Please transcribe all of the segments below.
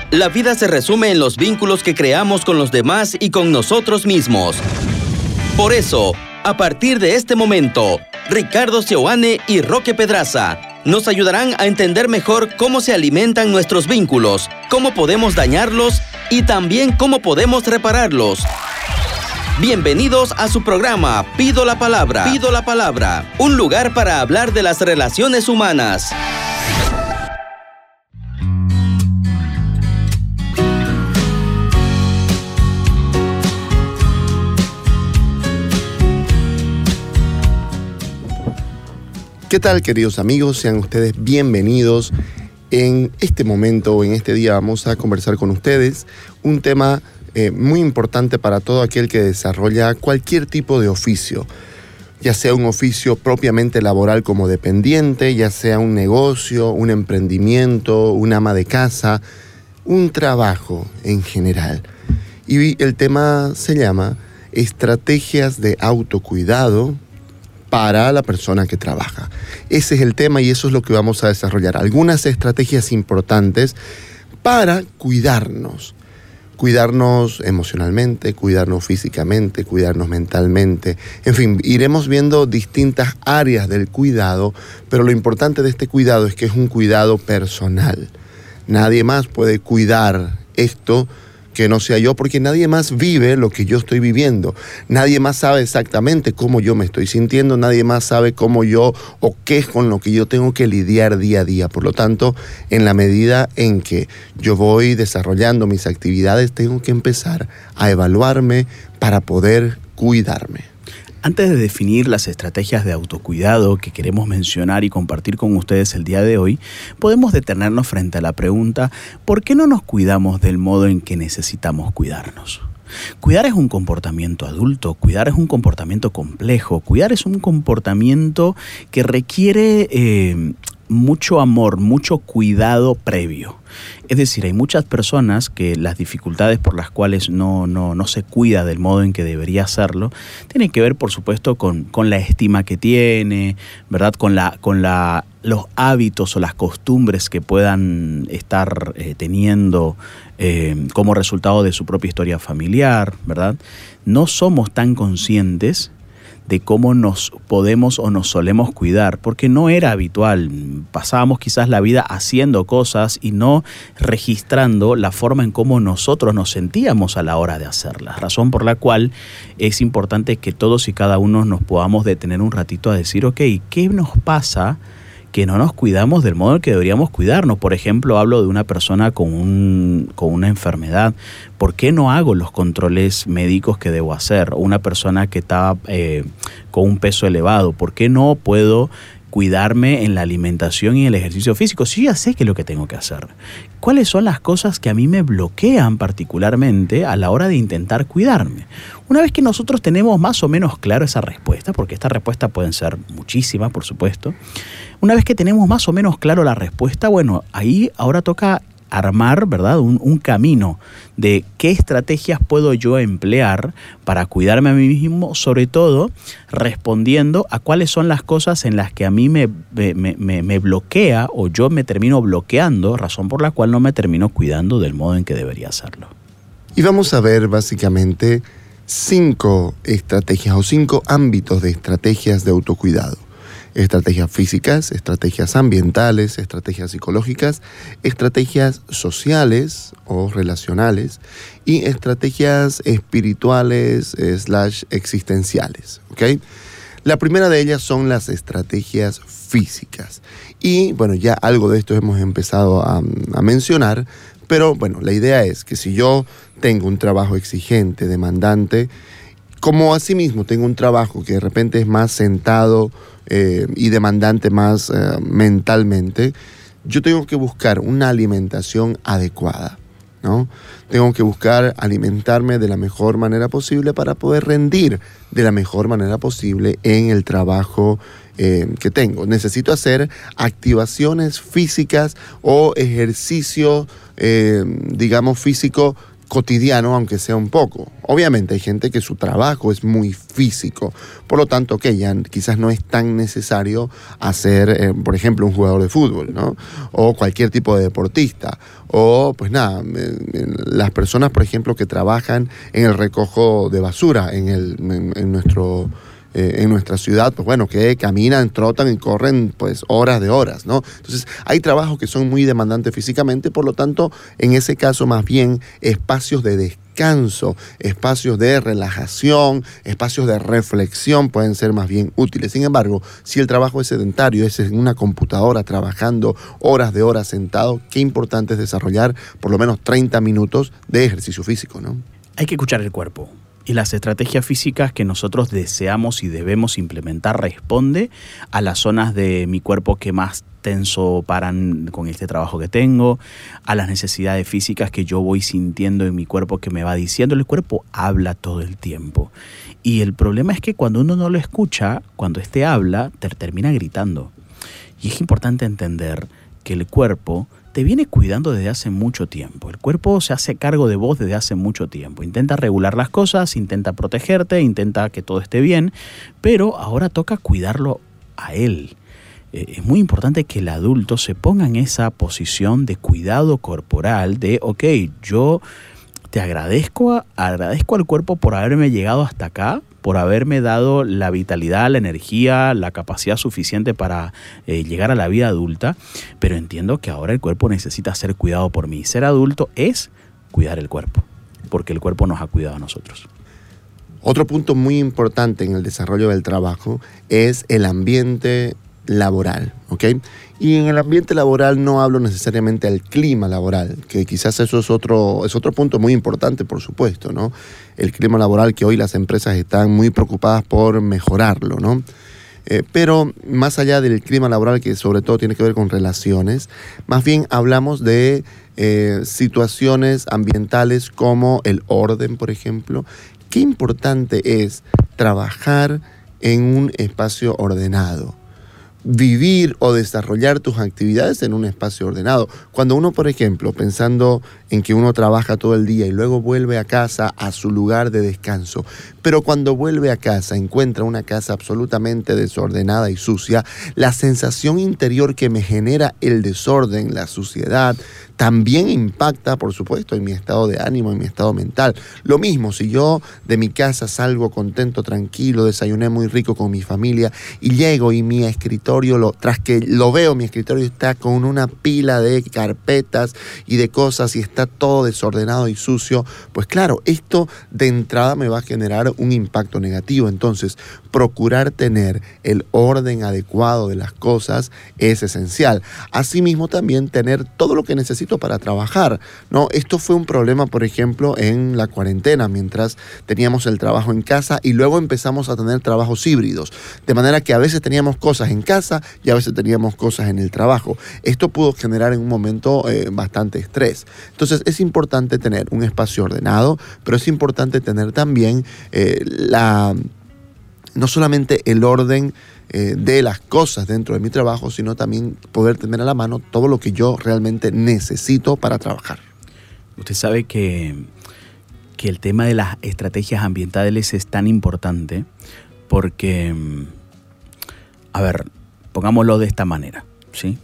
La vida se resume en los vínculos que creamos con los demás y con nosotros mismos. Por eso, a partir de este momento, Ricardo Seoane y Roque Pedraza nos ayudarán a entender mejor cómo se alimentan nuestros vínculos, cómo podemos dañarlos y también cómo podemos repararlos. Bienvenidos a su programa Pido la Palabra. Pido la Palabra, un lugar para hablar de las relaciones humanas. ¿Qué tal, queridos amigos? Sean ustedes bienvenidos. En este momento, en este día, vamos a conversar con ustedes un tema muy importante para todo aquel que desarrolla cualquier tipo de oficio, ya sea un oficio propiamente laboral como dependiente, ya sea un negocio, un emprendimiento, un ama de casa, un trabajo en general. Y el tema se llama Estrategias de autocuidado para la persona que trabaja. Ese es el tema y eso es lo que vamos a desarrollar. Algunas estrategias importantes para cuidarnos. Cuidarnos emocionalmente, cuidarnos físicamente, cuidarnos mentalmente. En fin, iremos viendo distintas áreas del cuidado, pero lo importante de este cuidado es que es un cuidado personal. Nadie más puede cuidar esto que no sea yo, porque nadie más vive lo que yo estoy viviendo. Nadie más sabe exactamente cómo yo me estoy sintiendo, nadie más sabe cómo yo o qué es con lo que yo tengo que lidiar día a día. Por lo tanto, en la medida en que yo voy desarrollando mis actividades, tengo que empezar a evaluarme para poder cuidarme. Antes de definir las estrategias de autocuidado que queremos mencionar y compartir con ustedes el día de hoy, podemos detenernos frente a la pregunta: ¿por qué no nos cuidamos del modo en que necesitamos cuidarnos? Cuidar es un comportamiento adulto, cuidar es un comportamiento complejo, cuidar es un comportamiento que requiere mucho amor, mucho cuidado previo. Es decir, hay muchas personas que las dificultades por las cuales no se cuida del modo en que debería hacerlo tienen que ver, por supuesto, con la estima que tiene, ¿verdad? Con los hábitos o las costumbres que puedan estar teniendo como resultado de su propia historia familiar, ¿verdad? No somos tan conscientes de cómo nos podemos o nos solemos cuidar, porque no era habitual. Pasábamos quizás la vida haciendo cosas y no registrando la forma en cómo nosotros nos sentíamos a la hora de hacerlas. Razón por la cual es importante que todos y cada uno nos podamos detener un ratito a decir, ok, ¿qué nos pasa que no nos cuidamos del modo en que deberíamos cuidarnos? Por ejemplo, hablo de una persona con una enfermedad. ¿Por qué no hago los controles médicos que debo hacer? O una persona que está con un peso elevado. ¿Por qué no puedo cuidarme en la alimentación y el ejercicio físico? Sí, ya sé qué es lo que tengo que hacer. ¿Cuáles son las cosas que a mí me bloquean particularmente a la hora de intentar cuidarme? Una vez que nosotros tenemos más o menos claro esa respuesta, porque esta respuesta pueden ser muchísimas, por supuesto. Una vez que tenemos más o menos claro la respuesta, bueno, ahí ahora toca armar, ¿verdad?, un camino de qué estrategias puedo yo emplear para cuidarme a mí mismo, sobre todo respondiendo a cuáles son las cosas en las que a mí me bloquea o yo me termino bloqueando, razón por la cual no me termino cuidando del modo en que debería hacerlo. Y vamos a ver básicamente 5 estrategias o 5 ámbitos de estrategias de autocuidado. Estrategias físicas, estrategias ambientales, estrategias psicológicas, estrategias sociales o relacionales y estrategias espirituales / existenciales, ¿ok? La primera de ellas son las estrategias físicas. Y bueno, ya algo de esto hemos empezado a mencionar, pero bueno, la idea es que si yo tengo un trabajo exigente, demandante, como asimismo tengo un trabajo que de repente es más sentado y demandante más mentalmente, yo tengo que buscar una alimentación adecuada, ¿no? Tengo que buscar alimentarme de la mejor manera posible para poder rendir de la mejor manera posible en el trabajo que tengo. Necesito hacer activaciones físicas o ejercicio, digamos, físico cotidiano, aunque sea un poco. Obviamente hay gente que su trabajo es muy físico, por lo tanto que ya quizás no es tan necesario hacer, por ejemplo, un jugador de fútbol, ¿no? O cualquier tipo de deportista, o pues nada, las personas, por ejemplo, que trabajan en el recojo de basura en nuestra ciudad, pues bueno, que caminan, trotan y corren pues horas de horas, ¿no? Entonces hay trabajos que son muy demandantes físicamente, por lo tanto, en ese caso más bien espacios de descanso, espacios de relajación, espacios de reflexión pueden ser más bien útiles. Sin embargo, si el trabajo es sedentario, es en una computadora trabajando horas de horas sentado, qué importante es desarrollar por lo menos 30 minutos de ejercicio físico, ¿no? Hay que escuchar el cuerpo. Y las estrategias físicas que nosotros deseamos y debemos implementar responde a las zonas de mi cuerpo que más tenso paran con este trabajo que tengo, a las necesidades físicas que yo voy sintiendo en mi cuerpo que me va diciendo. El cuerpo habla todo el tiempo. Y el problema es que cuando uno no lo escucha, cuando éste habla, te termina gritando. Y es importante entender que el cuerpo te viene cuidando desde hace mucho tiempo. El cuerpo se hace cargo de vos desde hace mucho tiempo. Intenta regular las cosas, intenta protegerte, intenta que todo esté bien, pero ahora toca cuidarlo a él. Es muy importante que el adulto se ponga en esa posición de cuidado corporal, de, ok, yo te agradezco al cuerpo por haberme llegado hasta acá, por haberme dado la vitalidad, la energía, la capacidad suficiente para llegar a la vida adulta, pero entiendo que ahora el cuerpo necesita ser cuidado por mí. Ser adulto es cuidar el cuerpo, porque el cuerpo nos ha cuidado a nosotros. Otro punto muy importante en el desarrollo del trabajo es el ambiente laboral, ¿ok? Y en el ambiente laboral no hablo necesariamente del clima laboral, que quizás eso es otro punto muy importante, por supuesto, ¿no? El clima laboral que hoy las empresas están muy preocupadas por mejorarlo, ¿no? Pero más allá del clima laboral, que sobre todo tiene que ver con relaciones, más bien hablamos de situaciones ambientales como el orden, por ejemplo. Qué importante es trabajar en un espacio ordenado. Vivir o desarrollar tus actividades en un espacio ordenado. Cuando uno, por ejemplo, pensando en que uno trabaja todo el día y luego vuelve a casa, a su lugar de descanso, pero cuando vuelve a casa encuentra una casa absolutamente desordenada y sucia, la sensación interior que me genera el desorden, la suciedad, también impacta, por supuesto, en mi estado de ánimo, en mi estado mental. Lo mismo, si yo de mi casa salgo contento, tranquilo, desayuné muy rico con mi familia y llego y mi escritorio, tras que lo veo, mi escritorio está con una pila de carpetas y de cosas y está todo desordenado y sucio, pues claro, esto de entrada me va a generar un impacto negativo. Entonces, procurar tener el orden adecuado de las cosas es esencial. Asimismo, también tener todo lo que necesito para trabajar, ¿no? Esto fue un problema, por ejemplo, en la cuarentena, mientras teníamos el trabajo en casa y luego empezamos a tener trabajos híbridos, de manera que a veces teníamos cosas en casa y a veces teníamos cosas en el trabajo. Esto pudo generar en un momento bastante estrés. Entonces es importante tener un espacio ordenado, pero es importante tener también no solamente el orden de las cosas dentro de mi trabajo, sino también poder tener a la mano todo lo que yo realmente necesito para trabajar. Usted sabe que el tema de las estrategias ambientales es tan importante porque, a ver, pongámoslo de esta manera, ¿sí?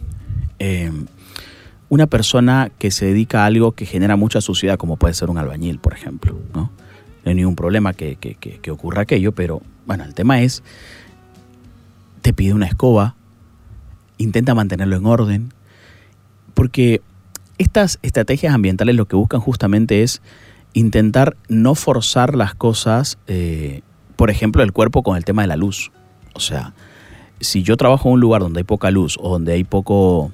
Una persona que se dedica a algo que genera mucha suciedad, como puede ser un albañil, por ejemplo, ¿no? No hay ningún problema que ocurra aquello, pero bueno, el tema es, te pide una escoba, intenta mantenerlo en orden, porque estas estrategias ambientales lo que buscan justamente es intentar no forzar las cosas, por ejemplo, el cuerpo con el tema de la luz. O sea, si yo trabajo en un lugar donde hay poca luz o donde hay poca,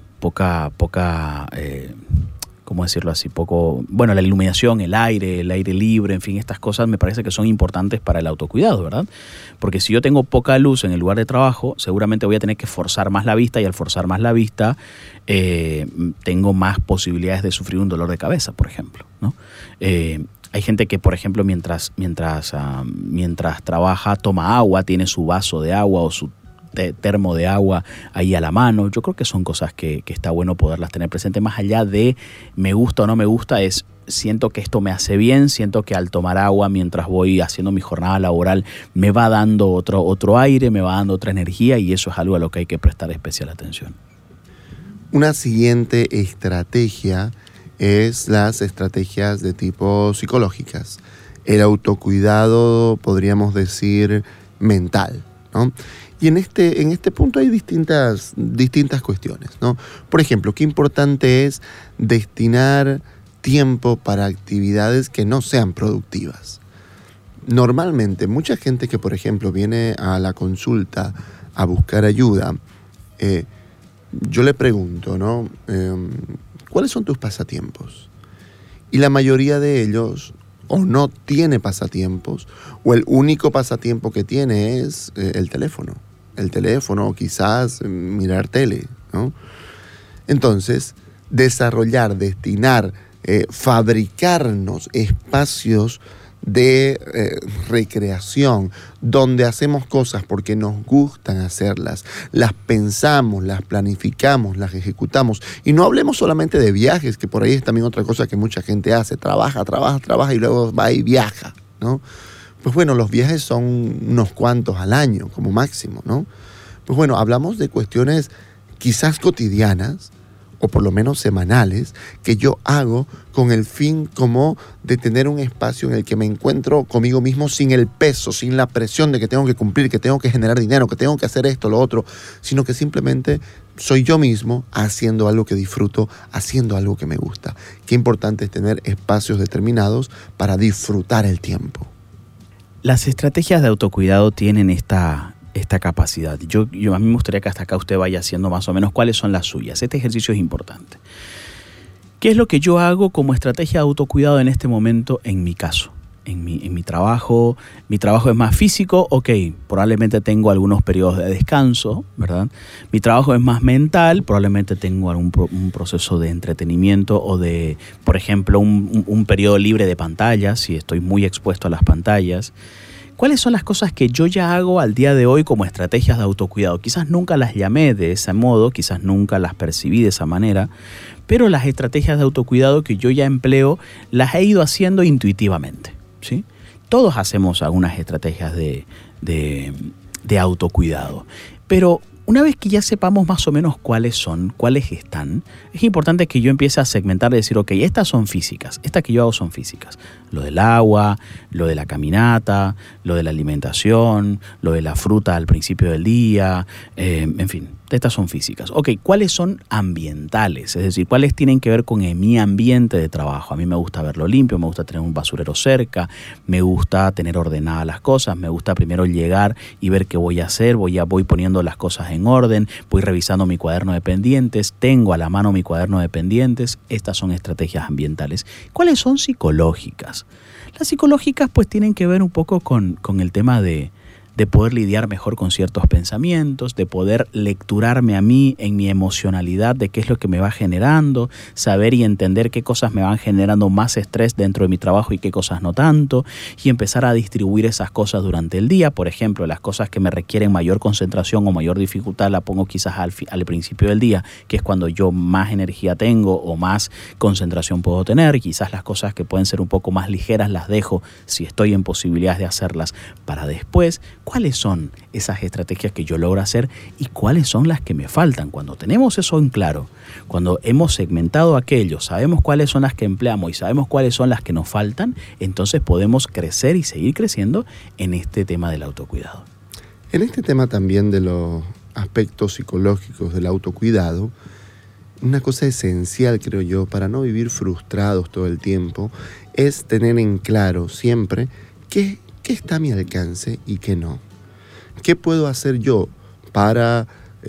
¿cómo decirlo así? Bueno, la iluminación, el aire libre, en fin, estas cosas me parece que son importantes para el autocuidado, ¿verdad? Porque si yo tengo poca luz en el lugar de trabajo, seguramente voy a tener que forzar más la vista y al forzar más la vista tengo más posibilidades de sufrir un dolor de cabeza, por ejemplo, ¿no? Hay gente que, por ejemplo, mientras trabaja, toma agua, tiene su vaso de agua o su termo de agua ahí a la mano. Yo creo que son cosas que está bueno poderlas tener presente. Más allá de me gusta o no me gusta, es siento que esto me hace bien, siento que al tomar agua mientras voy haciendo mi jornada laboral me va dando otro aire, me va dando otra energía, y eso es algo a lo que hay que prestar especial atención. Una siguiente estrategia es las estrategias de tipo psicológicas. El autocuidado, podríamos decir, mental, ¿no? Y en este punto hay distintas cuestiones, ¿no? Por ejemplo, qué importante es destinar tiempo para actividades que no sean productivas. Normalmente, mucha gente que, por ejemplo, viene a la consulta a buscar ayuda, yo le pregunto, ¿no? ¿Cuáles son tus pasatiempos? Y la mayoría de ellos o no tiene pasatiempos, o el único pasatiempo que tiene es el teléfono. El teléfono, o quizás mirar tele, ¿no? Entonces, destinar, fabricarnos espacios de recreación, donde hacemos cosas porque nos gustan hacerlas, las pensamos, las planificamos, las ejecutamos. Y no hablemos solamente de viajes, que por ahí es también otra cosa que mucha gente hace, trabaja y luego va y viaja, ¿no? Pues bueno, los viajes son unos cuantos al año como máximo, ¿no? Pues bueno, hablamos de cuestiones quizás cotidianas, o por lo menos semanales, que yo hago con el fin como de tener un espacio en el que me encuentro conmigo mismo sin el peso, sin la presión de que tengo que cumplir, que tengo que generar dinero, que tengo que hacer esto, lo otro, sino que simplemente soy yo mismo haciendo algo que disfruto, haciendo algo que me gusta. Qué importante es tener espacios determinados para disfrutar el tiempo. Las estrategias de autocuidado tienen esta capacidad. A mí me gustaría que hasta acá usted vaya haciendo más o menos cuáles son las suyas. Este ejercicio es importante. ¿Qué es lo que yo hago como estrategia de autocuidado en este momento en mi caso? En mi trabajo. Mi trabajo es más físico, ok, probablemente tengo algunos periodos de descanso, ¿verdad? Mi trabajo es más mental, probablemente tengo un proceso de entretenimiento o de, por ejemplo, un periodo libre de pantallas, si estoy muy expuesto a las pantallas. ¿Cuáles son las cosas que yo ya hago al día de hoy como estrategias de autocuidado? Quizás nunca las llamé de ese modo, quizás nunca las percibí de esa manera, pero las estrategias de autocuidado que yo ya empleo las he ido haciendo intuitivamente, ¿sí? Todos hacemos algunas estrategias de autocuidado, pero una vez que ya sepamos más o menos cuáles están, es importante que yo empiece a segmentar y decir, ok, estas son físicas, estas que yo hago son físicas. Lo del agua, lo de la caminata, lo de la alimentación, lo de la fruta al principio del día, en fin, estas son físicas. Ok, ¿cuáles son ambientales? Es decir, ¿cuáles tienen que ver con mi ambiente de trabajo? A mí me gusta verlo limpio, me gusta tener un basurero cerca, me gusta tener ordenadas las cosas, me gusta primero llegar y ver qué voy a hacer, voy poniendo las cosas en orden, voy revisando mi cuaderno de pendientes, tengo a la mano mi cuaderno de pendientes. Estas son estrategias ambientales. ¿Cuáles son psicológicas? Las psicológicas pues tienen que ver un poco con el tema de poder lidiar mejor con ciertos pensamientos, de poder lecturarme a mí en mi emocionalidad, de qué es lo que me va generando, saber y entender qué cosas me van generando más estrés dentro de mi trabajo y qué cosas no tanto, y empezar a distribuir esas cosas durante el día. Por ejemplo, las cosas que me requieren mayor concentración o mayor dificultad la pongo quizás al principio del día, que es cuando yo más energía tengo o más concentración puedo tener. Quizás las cosas que pueden ser un poco más ligeras las dejo, si estoy en posibilidades de hacerlas, para después. ¿Cuáles son esas estrategias que yo logro hacer y cuáles son las que me faltan? Cuando tenemos eso en claro, cuando hemos segmentado aquello, sabemos cuáles son las que empleamos y sabemos cuáles son las que nos faltan, entonces podemos crecer y seguir creciendo en este tema del autocuidado. En este tema también de los aspectos psicológicos del autocuidado, una cosa esencial, creo yo, para no vivir frustrados todo el tiempo, es tener en claro siempre qué está a mi alcance y qué no. ¿Qué puedo hacer yo para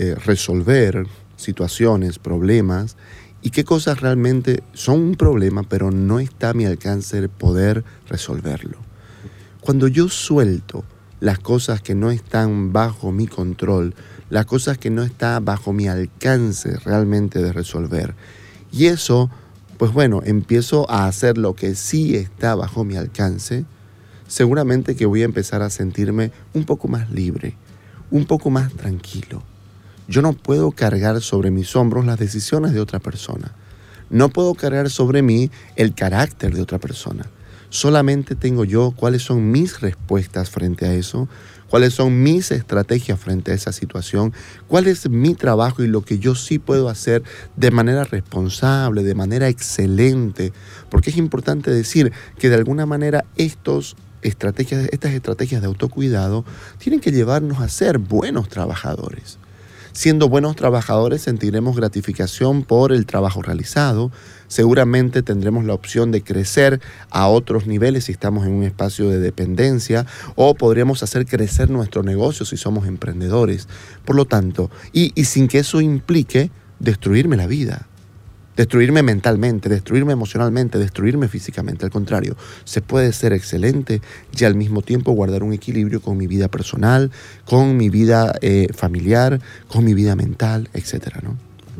resolver situaciones, problemas, y qué cosas realmente son un problema pero no está a mi alcance el poder resolverlo? Cuando yo suelto las cosas que no están bajo mi control, las cosas que no están bajo mi alcance realmente de resolver, y eso, pues bueno, empiezo a hacer lo que sí está bajo mi alcance, seguramente que voy a empezar a sentirme un poco más libre, un poco más tranquilo. Yo no puedo cargar sobre mis hombros las decisiones de otra persona. No puedo cargar sobre mí el carácter de otra persona. Solamente tengo yo cuáles son mis respuestas frente a eso, cuáles son mis estrategias frente a esa situación, cuál es mi trabajo y lo que yo sí puedo hacer de manera responsable, de manera excelente. Porque es importante decir que de alguna manera estas estrategias de autocuidado tienen que llevarnos a ser buenos trabajadores. Siendo buenos trabajadores sentiremos gratificación por el trabajo realizado. Seguramente tendremos la opción de crecer a otros niveles si estamos en un espacio de dependencia, o podríamos hacer crecer nuestro negocio si somos emprendedores. Por lo tanto, y sin que eso implique destruirme la vida, destruirme mentalmente, destruirme emocionalmente, destruirme físicamente. Al contrario, se puede ser excelente y al mismo tiempo guardar un equilibrio con mi vida personal, con mi vida familiar, con mi vida mental, etcétera, ¿no?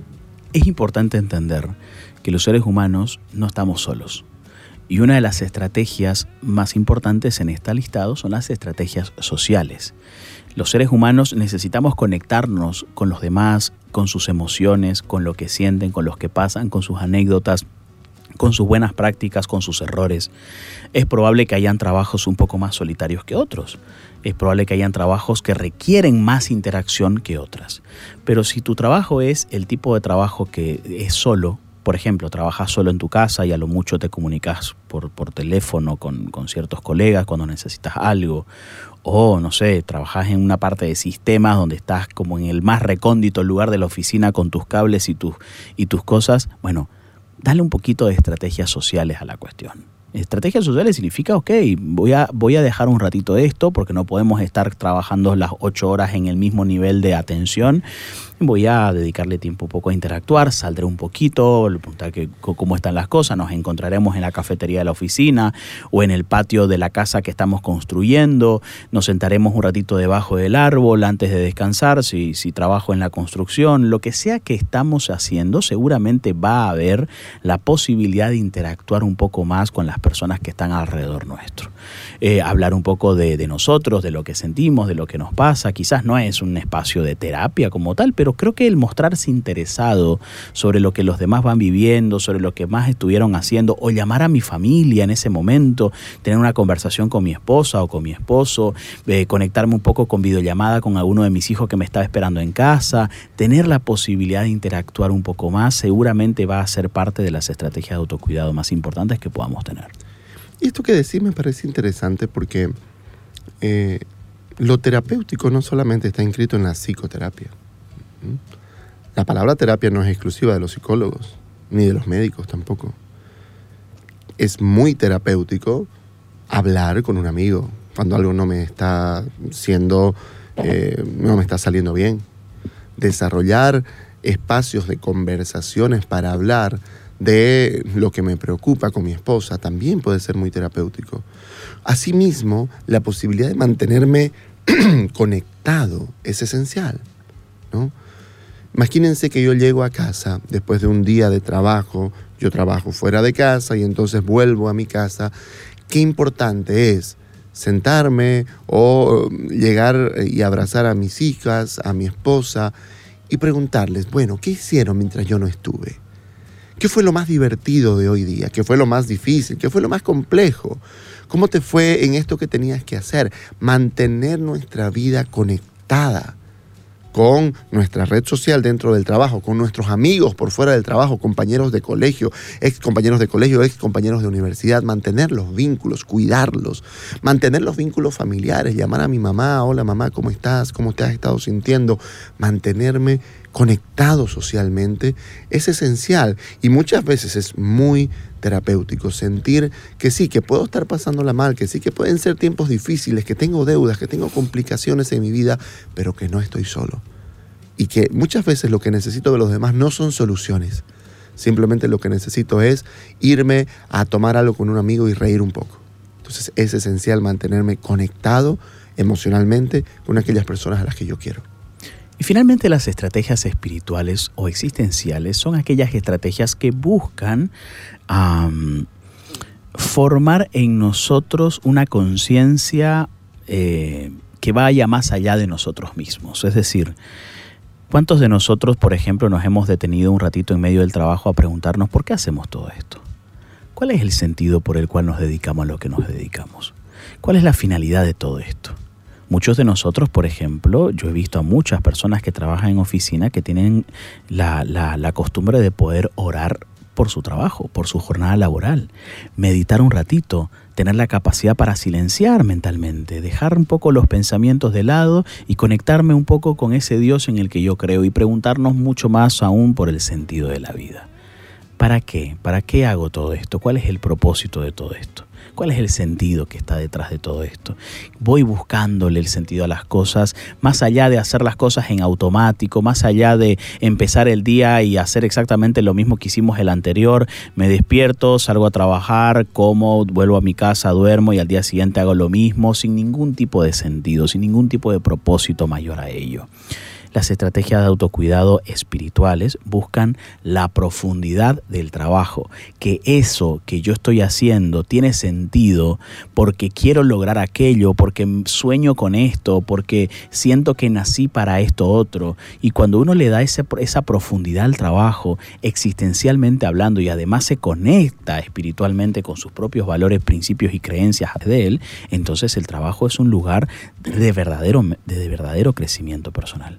Es importante entender que los seres humanos no estamos solos. Y una de las estrategias más importantes en este listado son las estrategias sociales. Los seres humanos necesitamos conectarnos con los demás, con sus emociones, con lo que sienten, con los que pasan, con sus anécdotas, con sus buenas prácticas, con sus errores. Es probable que hayan trabajos un poco más solitarios que otros. Es probable que hayan trabajos que requieren más interacción que otras. Pero si tu trabajo es el tipo de trabajo que es solo, por ejemplo, trabajas solo en tu casa y a lo mucho te comunicas por teléfono con ciertos colegas cuando necesitas algo, o no sé, trabajas en una parte de sistemas donde estás como en el más recóndito lugar de la oficina con tus cables y tus cosas, bueno, dale un poquito de estrategias sociales a la cuestión. Estrategias sociales significa, ok, voy a dejar un ratito de esto porque no podemos estar trabajando las 8 horas en el mismo nivel de atención. Voy a dedicarle tiempo un poco a interactuar, saldré un poquito, preguntar cómo están las cosas, nos encontraremos en la cafetería de la oficina o en el patio de la casa que estamos construyendo, nos sentaremos un ratito debajo del árbol antes de descansar, si trabajo en la construcción, lo que sea que estamos haciendo, seguramente va a haber la posibilidad de interactuar un poco más con las personas que están alrededor nuestro. Hablar un poco de nosotros, de lo que sentimos, de lo que nos pasa. Quizás no es un espacio de terapia como tal, pero creo que el mostrarse interesado sobre lo que los demás van viviendo, sobre lo que más estuvieron haciendo, o llamar a mi familia en ese momento, tener una conversación con mi esposa o con mi esposo, conectarme un poco con videollamada con alguno de mis hijos que me estaba esperando en casa, tener la posibilidad de interactuar un poco más, seguramente va a ser parte de las estrategias de autocuidado más importantes que podamos tener. Y esto que decís me parece interesante porque lo terapéutico no solamente está inscrito en la psicoterapia. La palabra terapia no es exclusiva de los psicólogos, ni de los médicos tampoco. Es muy terapéutico hablar con un amigo cuando algo no me está saliendo bien. Desarrollar espacios de conversaciones para hablar de lo que me preocupa con mi esposa también puede ser muy terapéutico. Asimismo, la posibilidad de mantenerme conectado es esencial, ¿no? Imagínense que yo llego a casa después de un día de trabajo, yo trabajo fuera de casa y entonces vuelvo a mi casa. Qué importante es sentarme o llegar y abrazar a mis hijas, a mi esposa y preguntarles, bueno, ¿qué hicieron mientras yo no estuve? ¿Qué fue lo más divertido de hoy día? ¿Qué fue lo más difícil? ¿Qué fue lo más complejo? ¿Cómo te fue en esto que tenías que hacer? Mantener nuestra vida conectada con nuestra red social dentro del trabajo, con nuestros amigos por fuera del trabajo, compañeros de colegio, ex compañeros de universidad, mantener los vínculos, cuidarlos, mantener los vínculos familiares, llamar a mi mamá, hola mamá, ¿cómo estás? ¿Cómo te has estado sintiendo? Mantenerme conectado socialmente es esencial y muchas veces es muy terapéutico sentir que sí, que puedo estar pasándola mal, que sí, que pueden ser tiempos difíciles, que tengo deudas, que tengo complicaciones en mi vida, pero que no estoy solo. Y que muchas veces lo que necesito de los demás no son soluciones. Simplemente lo que necesito es irme a tomar algo con un amigo y reír un poco. Entonces es esencial mantenerme conectado emocionalmente con aquellas personas a las que yo quiero. Y finalmente las estrategias espirituales o existenciales son aquellas estrategias que buscan formar en nosotros una conciencia que vaya más allá de nosotros mismos. Es decir, ¿Cuántos de nosotros, por ejemplo, nos hemos detenido un ratito en medio del trabajo a preguntarnos por qué hacemos todo esto? ¿Cuál es el sentido por el cual nos dedicamos a lo que nos dedicamos? ¿Cuál es la finalidad de todo esto? Muchos de nosotros, por ejemplo, yo he visto a muchas personas que trabajan en oficina que tienen la costumbre de poder orar por su trabajo, por su jornada laboral, meditar un ratito, tener la capacidad para silenciar mentalmente, dejar un poco los pensamientos de lado y conectarme un poco con ese Dios en el que yo creo y preguntarnos mucho más aún por el sentido de la vida. ¿Para qué? ¿Para qué hago todo esto? ¿Cuál es el propósito de todo esto? ¿Cuál es el sentido que está detrás de todo esto? Voy buscándole el sentido a las cosas, más allá de hacer las cosas en automático, más allá de empezar el día y hacer exactamente lo mismo que hicimos el anterior. Me despierto, salgo a trabajar, como, vuelvo a mi casa, duermo y al día siguiente hago lo mismo, sin ningún tipo de sentido, sin ningún tipo de propósito mayor a ello. Las estrategias de autocuidado espirituales buscan la profundidad del trabajo, que eso que yo estoy haciendo tiene sentido porque quiero lograr aquello, porque sueño con esto, porque siento que nací para esto otro. Y cuando uno le da esa profundidad al trabajo, existencialmente hablando, y además se conecta espiritualmente con sus propios valores, principios y creencias de él, entonces el trabajo es un lugar de verdadero crecimiento personal.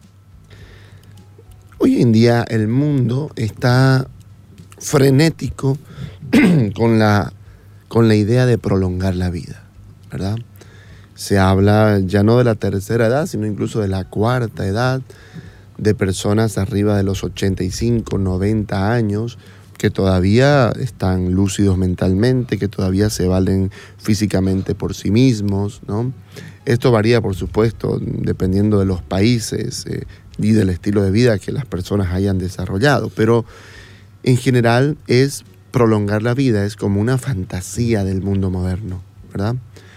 Hoy en día el mundo está frenético con la idea de prolongar la vida, ¿verdad? Se habla ya no de la tercera edad, sino incluso de la cuarta edad, de personas arriba de los 85, 90 años, que todavía están lúcidos mentalmente, que todavía se valen físicamente por sí mismos, ¿no? Esto varía, por supuesto, dependiendo de los países y del estilo de vida que las personas hayan desarrollado, pero en general es prolongar la vida, es como una fantasía del mundo moderno, ¿verdad?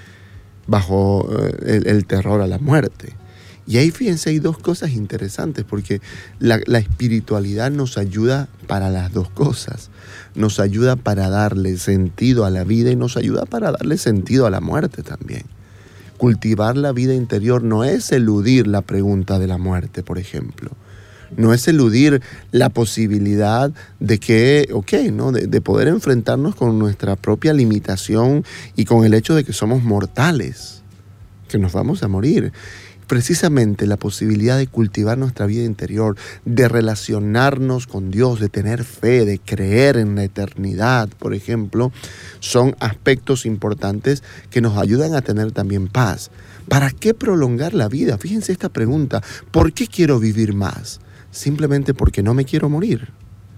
Bajo el terror a la muerte. Y ahí, fíjense, hay dos cosas interesantes, porque la espiritualidad nos ayuda para las dos cosas. Nos ayuda para darle sentido a la vida y nos ayuda para darle sentido a la muerte también. Cultivar la vida interior no es eludir la pregunta de la muerte, por ejemplo. No es eludir la posibilidad de que, ¿no? de poder enfrentarnos con nuestra propia limitación y con el hecho de que somos mortales, que nos vamos a morir. Precisamente la posibilidad de cultivar nuestra vida interior, de relacionarnos con Dios, de tener fe, de creer en la eternidad, por ejemplo, son aspectos importantes que nos ayudan a tener también paz. ¿Para qué prolongar la vida? Fíjense esta pregunta, ¿por qué quiero vivir más? Simplemente porque no me quiero morir,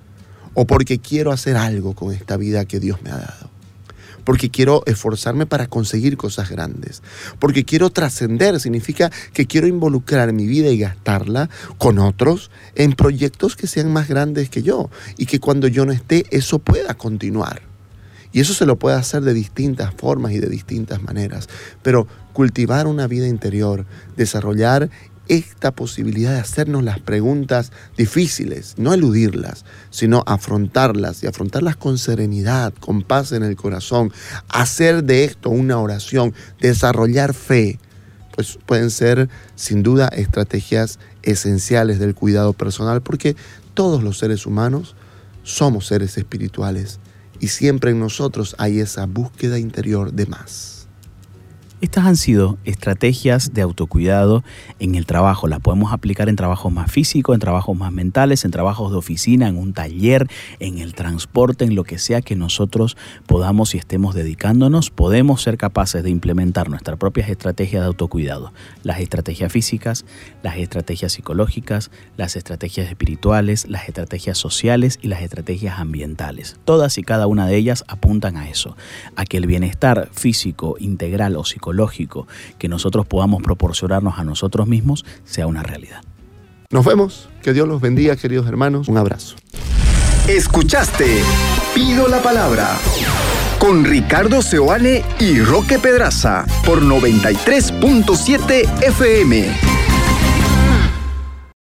o porque quiero hacer algo con esta vida que Dios me ha dado. Porque quiero esforzarme para conseguir cosas grandes. Porque quiero trascender, significa que quiero involucrar mi vida y gastarla con otros en proyectos que sean más grandes que yo. Y que cuando yo no esté, eso pueda continuar. Y eso se lo puede hacer de distintas formas y de distintas maneras. Pero cultivar una vida interior, desarrollar esta posibilidad de hacernos las preguntas difíciles, no eludirlas, sino afrontarlas y afrontarlas con serenidad, con paz en el corazón, hacer de esto una oración, desarrollar fe, pues pueden ser sin duda estrategias esenciales del cuidado personal, porque todos los seres humanos somos seres espirituales y siempre en nosotros hay esa búsqueda interior de más. Estas han sido estrategias de autocuidado en el trabajo. Las podemos aplicar en trabajos más físicos, en trabajos más mentales, en trabajos de oficina, en un taller, en el transporte, en lo que sea que nosotros podamos y estemos dedicándonos. Podemos ser capaces de implementar nuestras propias estrategias de autocuidado. Las estrategias físicas, las estrategias psicológicas, las estrategias espirituales, las estrategias sociales y las estrategias ambientales. Todas y cada una de ellas apuntan a eso, a que el bienestar físico, integral o psicológico que nosotros podamos proporcionarnos a nosotros mismos sea una realidad. Nos vemos. Que Dios los bendiga, queridos hermanos. Un abrazo. Escuchaste Pido la Palabra con Ricardo Seoane y Roque Pedraza por 93.7 FM.